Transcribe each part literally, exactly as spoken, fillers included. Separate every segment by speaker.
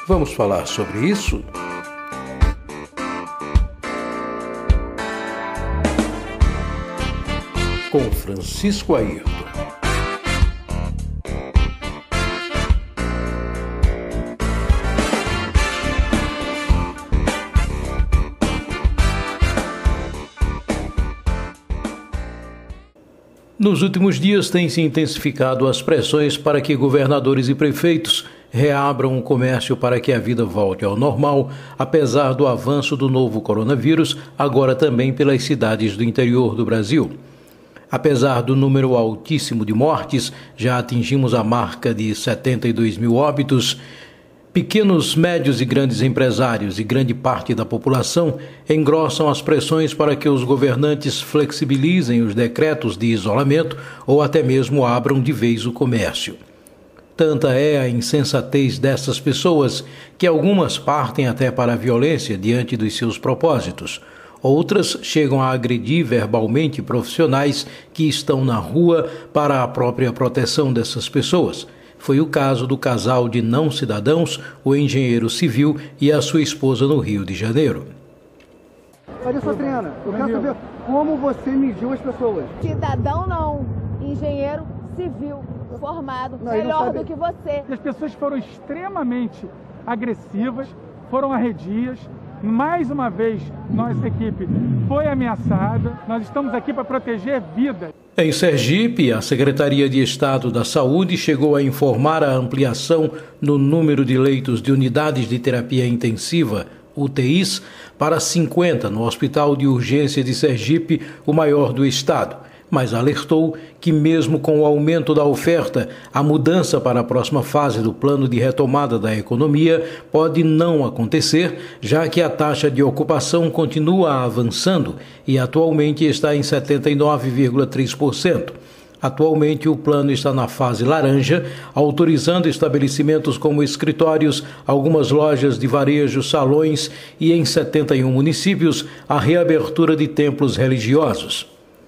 Speaker 1: Vamos falar sobre isso? Com Francisco Ayrton. Nos últimos dias têm se intensificado as pressões para que governadores e prefeitos reabram o comércio para que a vida volte ao normal, apesar do avanço do novo coronavírus, agora também pelas cidades do interior do Brasil. Apesar do número altíssimo de mortes, já atingimos a marca de setenta e dois mil óbitos, pequenos, médios e grandes empresários e grande parte da população engrossam as pressões para que os governantes flexibilizem os decretos de isolamento ou até mesmo abram de vez o comércio. Tanta é a insensatez dessas pessoas que algumas partem até para a violência diante dos seus propósitos. Outras chegam a agredir verbalmente profissionais que estão na rua para a própria proteção dessas pessoas. Foi o caso do casal de não cidadãos, o engenheiro civil e a sua esposa no Rio de Janeiro.
Speaker 2: Olha só, Triana, eu quero saber como você mediu as pessoas.
Speaker 3: Cidadão não, engenheiro civil, formado, não, melhor do que você.
Speaker 4: As pessoas foram extremamente agressivas, foram arredias. Mais uma vez, nossa equipe foi ameaçada. Nós estamos aqui para proteger vidas.
Speaker 1: Em Sergipe, a Secretaria de Estado da Saúde chegou a informar a ampliação no número de leitos de unidades de terapia intensiva, U T Is, para cinquenta no Hospital de Urgência de Sergipe, o maior do estado. Mas alertou que mesmo com o aumento da oferta, a mudança para a próxima fase do plano de retomada da economia pode não acontecer, já que a taxa de ocupação continua avançando e atualmente está em setenta e nove vírgula três por cento. Atualmente o plano está na fase laranja, autorizando estabelecimentos como escritórios, algumas lojas de varejo, salões e em setenta e um municípios a reabertura de templos religiosos.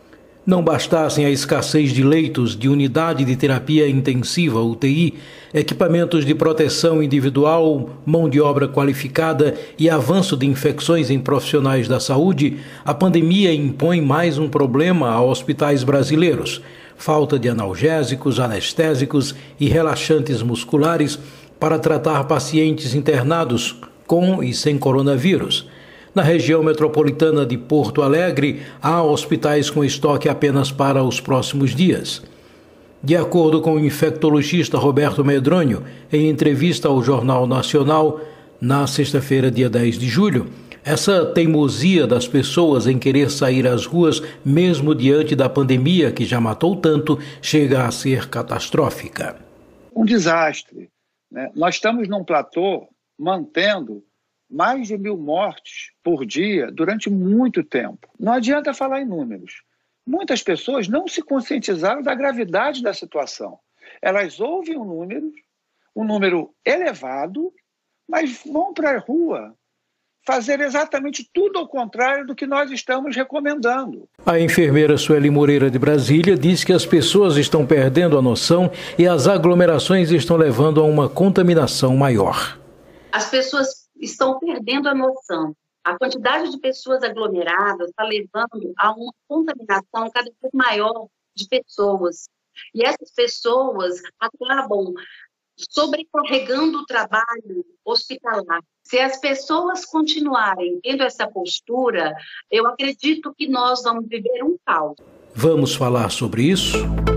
Speaker 1: Não bastassem a escassez de leitos de unidade de terapia intensiva, U T I, equipamentos de proteção individual, mão de obra qualificada e avanço de infecções em profissionais da saúde, a pandemia impõe mais um problema a hospitais brasileiros: falta de analgésicos, anestésicos e relaxantes musculares para tratar pacientes internados com e sem coronavírus. Na região metropolitana de Porto Alegre, há hospitais com estoque apenas para os próximos dias. De acordo com o infectologista Roberto Medronho, em entrevista ao Jornal Nacional, na sexta-feira, dia dez de julho, essa teimosia das pessoas em querer sair às ruas, mesmo diante da pandemia que já matou tanto, chega a ser catastrófica.
Speaker 5: Um desastre, né? Nós estamos num platô mantendo mais de mil mortes por dia durante muito tempo. Não adianta falar em números. Muitas pessoas não se conscientizaram da gravidade da situação. Elas ouvem um número, um número elevado, mas vão para a rua fazer exatamente tudo ao contrário do que nós estamos recomendando.
Speaker 1: A enfermeira Sueli Moreira de Brasília diz que as pessoas estão perdendo a noção e as aglomerações estão levando a uma contaminação maior.
Speaker 6: As pessoas estão perdendo a noção. A quantidade de pessoas aglomeradas está levando a uma contaminação cada vez maior de pessoas. E essas pessoas acabam sobrecarregando o trabalho hospitalar. Se as pessoas continuarem tendo essa postura, eu acredito que nós vamos viver um caos.
Speaker 1: Vamos falar sobre isso?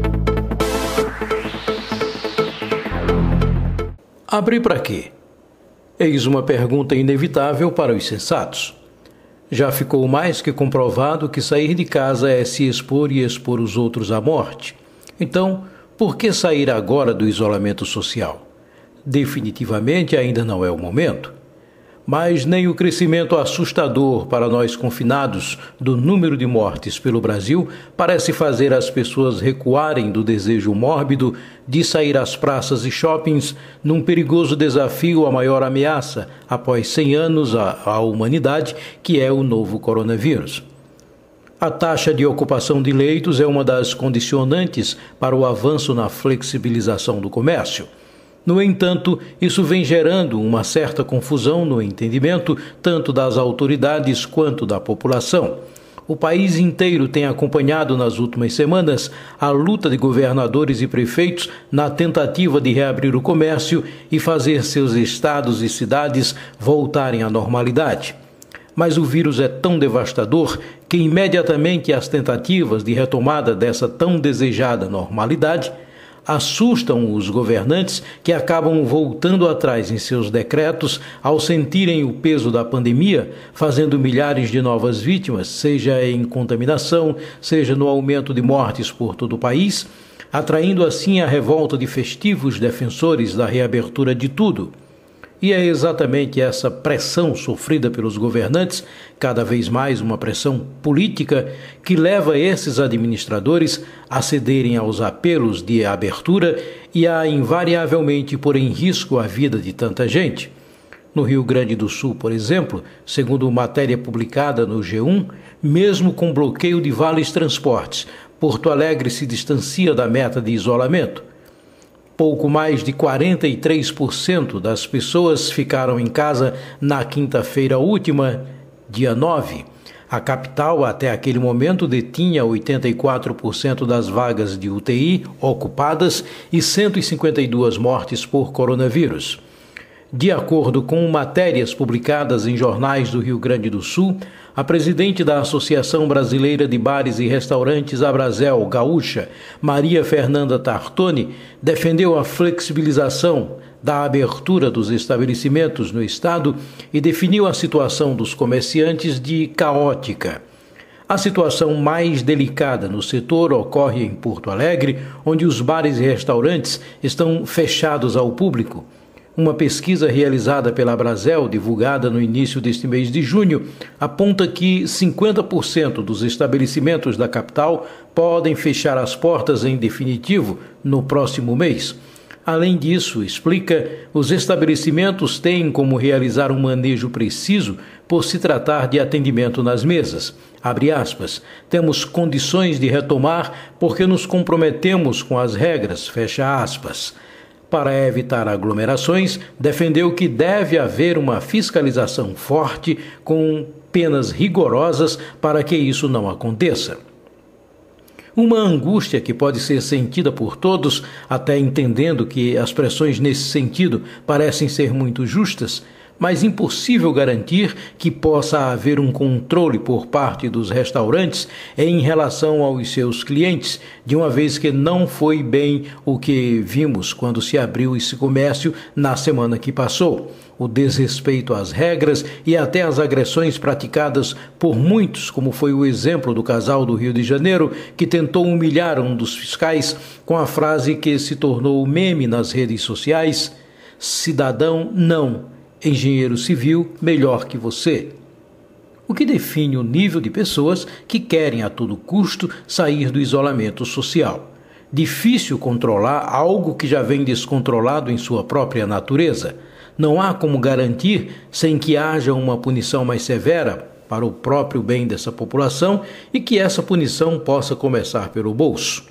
Speaker 1: Abrir para quê? Eis uma pergunta inevitável para os sensatos. Já ficou mais que comprovado que sair de casa é se expor e expor os outros à morte. Então, por que sair agora do isolamento social? Definitivamente ainda não é o momento. Mas nem o crescimento assustador para nós confinados do número de mortes pelo Brasil parece fazer as pessoas recuarem do desejo mórbido de sair às praças e shoppings num perigoso desafio à maior ameaça após cem anos à, à humanidade, que é o novo coronavírus. A taxa de ocupação de leitos é uma das condicionantes para o avanço na flexibilização do comércio. No entanto, isso vem gerando uma certa confusão no entendimento tanto das autoridades quanto da população. O país inteiro tem acompanhado nas últimas semanas a luta de governadores e prefeitos na tentativa de reabrir o comércio e fazer seus estados e cidades voltarem à normalidade. Mas o vírus é tão devastador que imediatamente as tentativas de retomada dessa tão desejada normalidade assustam os governantes, que acabam voltando atrás em seus decretos ao sentirem o peso da pandemia, fazendo milhares de novas vítimas, seja em contaminação, seja no aumento de mortes por todo o país, atraindo assim a revolta de festivos defensores da reabertura de tudo. E é exatamente essa pressão sofrida pelos governantes, cada vez mais uma pressão política, que leva esses administradores a cederem aos apelos de abertura e a invariavelmente pôr em risco a vida de tanta gente. No Rio Grande do Sul, por exemplo, segundo matéria publicada no G um, mesmo com bloqueio de vales transportes, Porto Alegre se distancia da meta de isolamento. Pouco mais de quarenta e três por cento das pessoas ficaram em casa na quinta-feira última, dia nove. A capital, até aquele momento, detinha oitenta e quatro por cento das vagas de U T I ocupadas e cento e cinquenta e duas mortes por coronavírus. De acordo com matérias publicadas em jornais do Rio Grande do Sul, a presidente da Associação Brasileira de Bares e Restaurantes Abrazel Gaúcha, Maria Fernanda Tartoni, defendeu a flexibilização da abertura dos estabelecimentos no estado e definiu a situação dos comerciantes de caótica. A situação mais delicada no setor ocorre em Porto Alegre, onde os bares e restaurantes estão fechados ao público. Uma pesquisa realizada pela Abrazel, divulgada no início deste mês de junho, aponta que cinquenta por cento dos estabelecimentos da capital podem fechar as portas em definitivo no próximo mês. Além disso, explica, os estabelecimentos têm como realizar um manejo preciso por se tratar de atendimento nas mesas. Abre aspas, temos condições de retomar porque nos comprometemos com as regras, fecha aspas. Para evitar aglomerações, defendeu que deve haver uma fiscalização forte com penas rigorosas para que isso não aconteça. Uma angústia que pode ser sentida por todos, até entendendo que as pressões nesse sentido parecem ser muito justas, mas impossível garantir que possa haver um controle por parte dos restaurantes em relação aos seus clientes, de uma vez que não foi bem o que vimos quando se abriu esse comércio na semana que passou. O desrespeito às regras e até as agressões praticadas por muitos, como foi o exemplo do casal do Rio de Janeiro, que tentou humilhar um dos fiscais com a frase que se tornou meme nas redes sociais: "Cidadão, não. Engenheiro civil melhor que você", o que define o nível de pessoas que querem a todo custo sair do isolamento social. Difícil controlar algo que já vem descontrolado em sua própria natureza. Não há como garantir sem que haja uma punição mais severa para o próprio bem dessa população e que essa punição possa começar pelo bolso.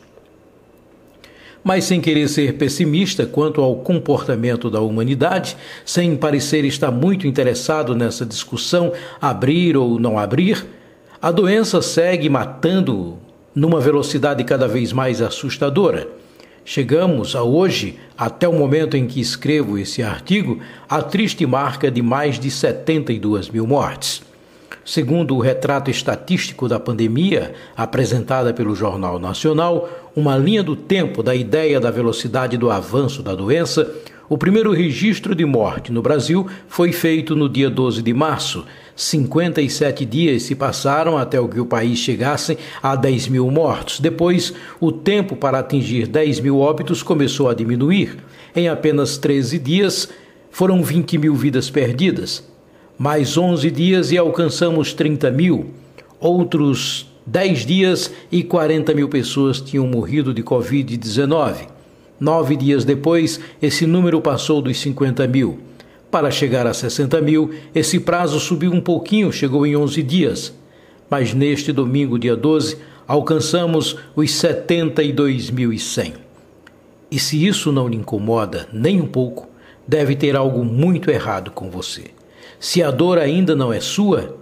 Speaker 1: Mas sem querer ser pessimista quanto ao comportamento da humanidade, sem parecer estar muito interessado nessa discussão, abrir ou não abrir, a doença segue matando numa velocidade cada vez mais assustadora. Chegamos a hoje, até o momento em que escrevo esse artigo, à triste marca de mais de setenta e duas mil mortes. Segundo o retrato estatístico da pandemia, apresentada pelo Jornal Nacional, uma linha do tempo da ideia da velocidade do avanço da doença, o primeiro registro de morte no Brasil foi feito no dia doze de março. cinquenta e sete dias se passaram até que o país chegasse a dez mil mortos. Depois, o tempo para atingir dez mil óbitos começou a diminuir. Em apenas treze dias, foram vinte mil vidas perdidas. Mais onze dias e alcançamos trinta mil. Outros dez dias e quarenta mil pessoas tinham morrido de covid dezenove. Nove dias depois, esse número passou dos cinquenta mil. Para chegar a sessenta mil, esse prazo subiu um pouquinho, chegou em onze dias. Mas neste domingo, dia doze, alcançamos os setenta e dois mil e cem. E se isso não lhe incomoda nem um pouco, deve ter algo muito errado com você. Se a dor ainda não é sua,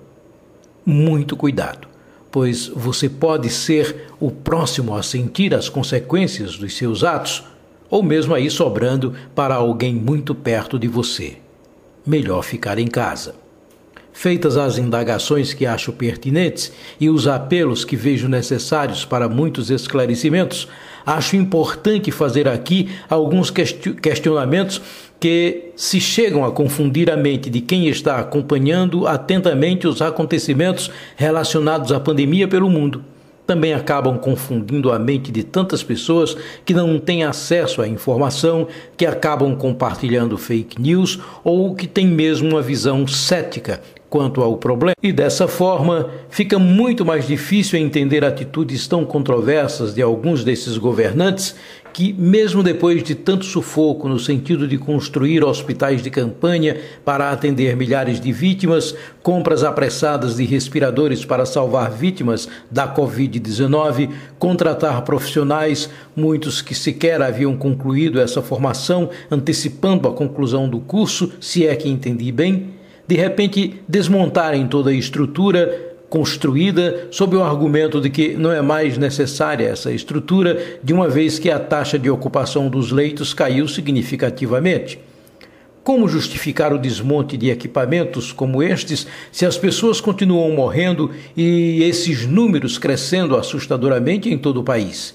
Speaker 1: muito cuidado, pois você pode ser o próximo a sentir as consequências dos seus atos, ou mesmo aí sobrando para alguém muito perto de você. Melhor ficar em casa. Feitas as indagações que acho pertinentes e os apelos que vejo necessários para muitos esclarecimentos, acho importante fazer aqui alguns questionamentos que se chegam a confundir a mente de quem está acompanhando atentamente os acontecimentos relacionados à pandemia pelo mundo. Também acabam confundindo a mente de tantas pessoas que não têm acesso à informação, que acabam compartilhando fake news ou que têm mesmo uma visão cética quanto ao problema. E dessa forma, fica muito mais difícil entender atitudes tão controversas de alguns desses governantes que, mesmo depois de tanto sufoco no sentido de construir hospitais de campanha para atender milhares de vítimas, compras apressadas de respiradores para salvar vítimas da covid dezenove, contratar profissionais, muitos que sequer haviam concluído essa formação, antecipando a conclusão do curso, se é que entendi bem, de repente desmontarem toda a estrutura construída sob o argumento de que não é mais necessária essa estrutura, de uma vez que a taxa de ocupação dos leitos caiu significativamente. Como justificar o desmonte de equipamentos como estes se as pessoas continuam morrendo e esses números crescendo assustadoramente em todo o país?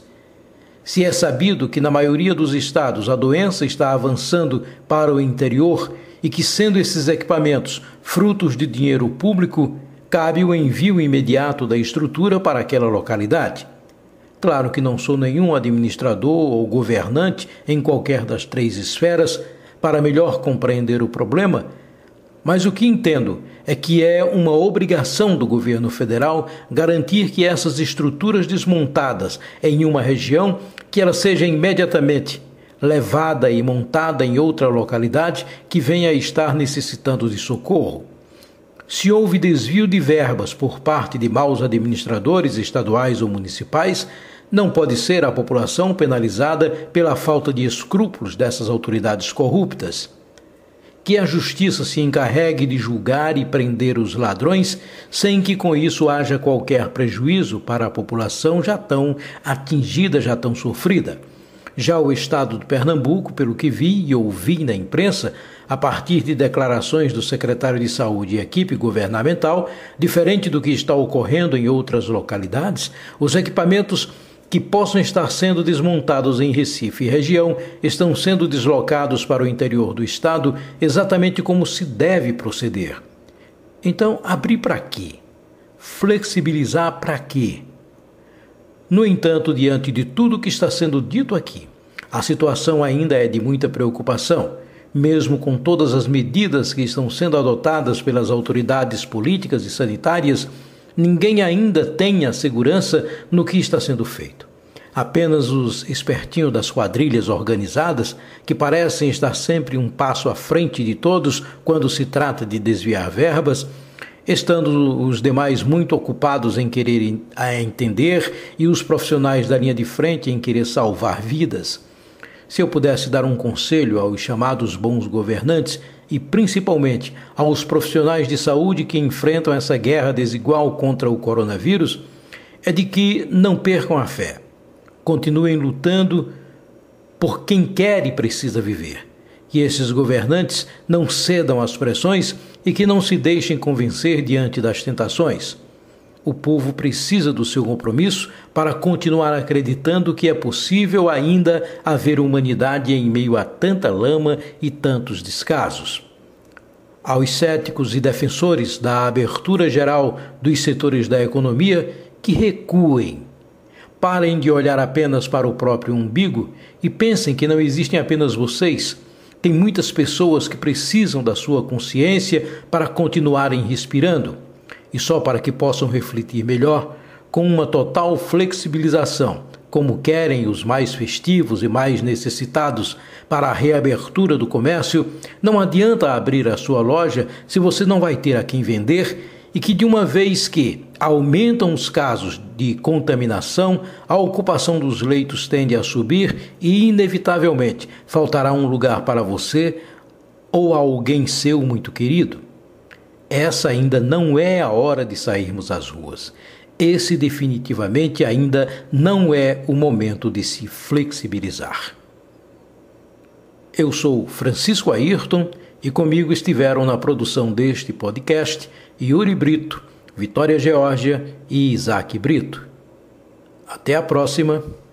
Speaker 1: Se é sabido que na maioria dos estados a doença está avançando para o interior e que, sendo esses equipamentos frutos de dinheiro público, cabe o envio imediato da estrutura para aquela localidade. Claro que não sou nenhum administrador ou governante em qualquer das três esferas para melhor compreender o problema, mas o que entendo é que é uma obrigação do governo federal garantir que essas estruturas desmontadas em uma região, que ela seja imediatamente levada e montada em outra localidade que venha a estar necessitando de socorro. Se houve desvio de verbas por parte de maus administradores estaduais ou municipais, não pode ser a população penalizada pela falta de escrúpulos dessas autoridades corruptas. Que a justiça se encarregue de julgar e prender os ladrões, sem que com isso haja qualquer prejuízo para a população já tão atingida, já tão sofrida. Já o estado de Pernambuco, pelo que vi e ouvi na imprensa, a partir de declarações do secretário de Saúde e equipe governamental, diferente do que está ocorrendo em outras localidades, os equipamentos que possam estar sendo desmontados em Recife e região estão sendo deslocados para o interior do estado exatamente como se deve proceder. Então, abrir para quê? Flexibilizar para quê? No entanto, diante de tudo que está sendo dito aqui, a situação ainda é de muita preocupação, mesmo com todas as medidas que estão sendo adotadas pelas autoridades políticas e sanitárias. Ninguém ainda tem a segurança no que está sendo feito. Apenas os espertinhos das quadrilhas organizadas, que parecem estar sempre um passo à frente de todos quando se trata de desviar verbas, estando os demais muito ocupados em querer entender e os profissionais da linha de frente em querer salvar vidas. Se eu pudesse dar um conselho aos chamados bons governantes e principalmente aos profissionais de saúde que enfrentam essa guerra desigual contra o coronavírus, é de que não percam a fé. Continuem lutando por quem quer e precisa viver. Que esses governantes não cedam às pressões e que não se deixem convencer diante das tentações. O povo precisa do seu compromisso para continuar acreditando que é possível ainda haver humanidade em meio a tanta lama e tantos descasos. Aos céticos e defensores da abertura geral dos setores da economia, que recuem. Parem de olhar apenas para o próprio umbigo e pensem que não existem apenas vocês. Tem muitas pessoas que precisam da sua consciência para continuarem respirando. E só para que possam refletir melhor, com uma total flexibilização, como querem os mais festivos e mais necessitados para a reabertura do comércio, não adianta abrir a sua loja se você não vai ter a quem vender e que, de uma vez que aumentam os casos de contaminação, a ocupação dos leitos tende a subir e, inevitavelmente, faltará um lugar para você ou alguém seu muito querido? Essa ainda não é a hora de sairmos às ruas. Esse definitivamente ainda não é o momento de se flexibilizar. Eu sou Francisco Ayrton e comigo estiveram na produção deste podcast Yuri Brito, Vitória Geórgia e Isaac Brito. Até a próxima!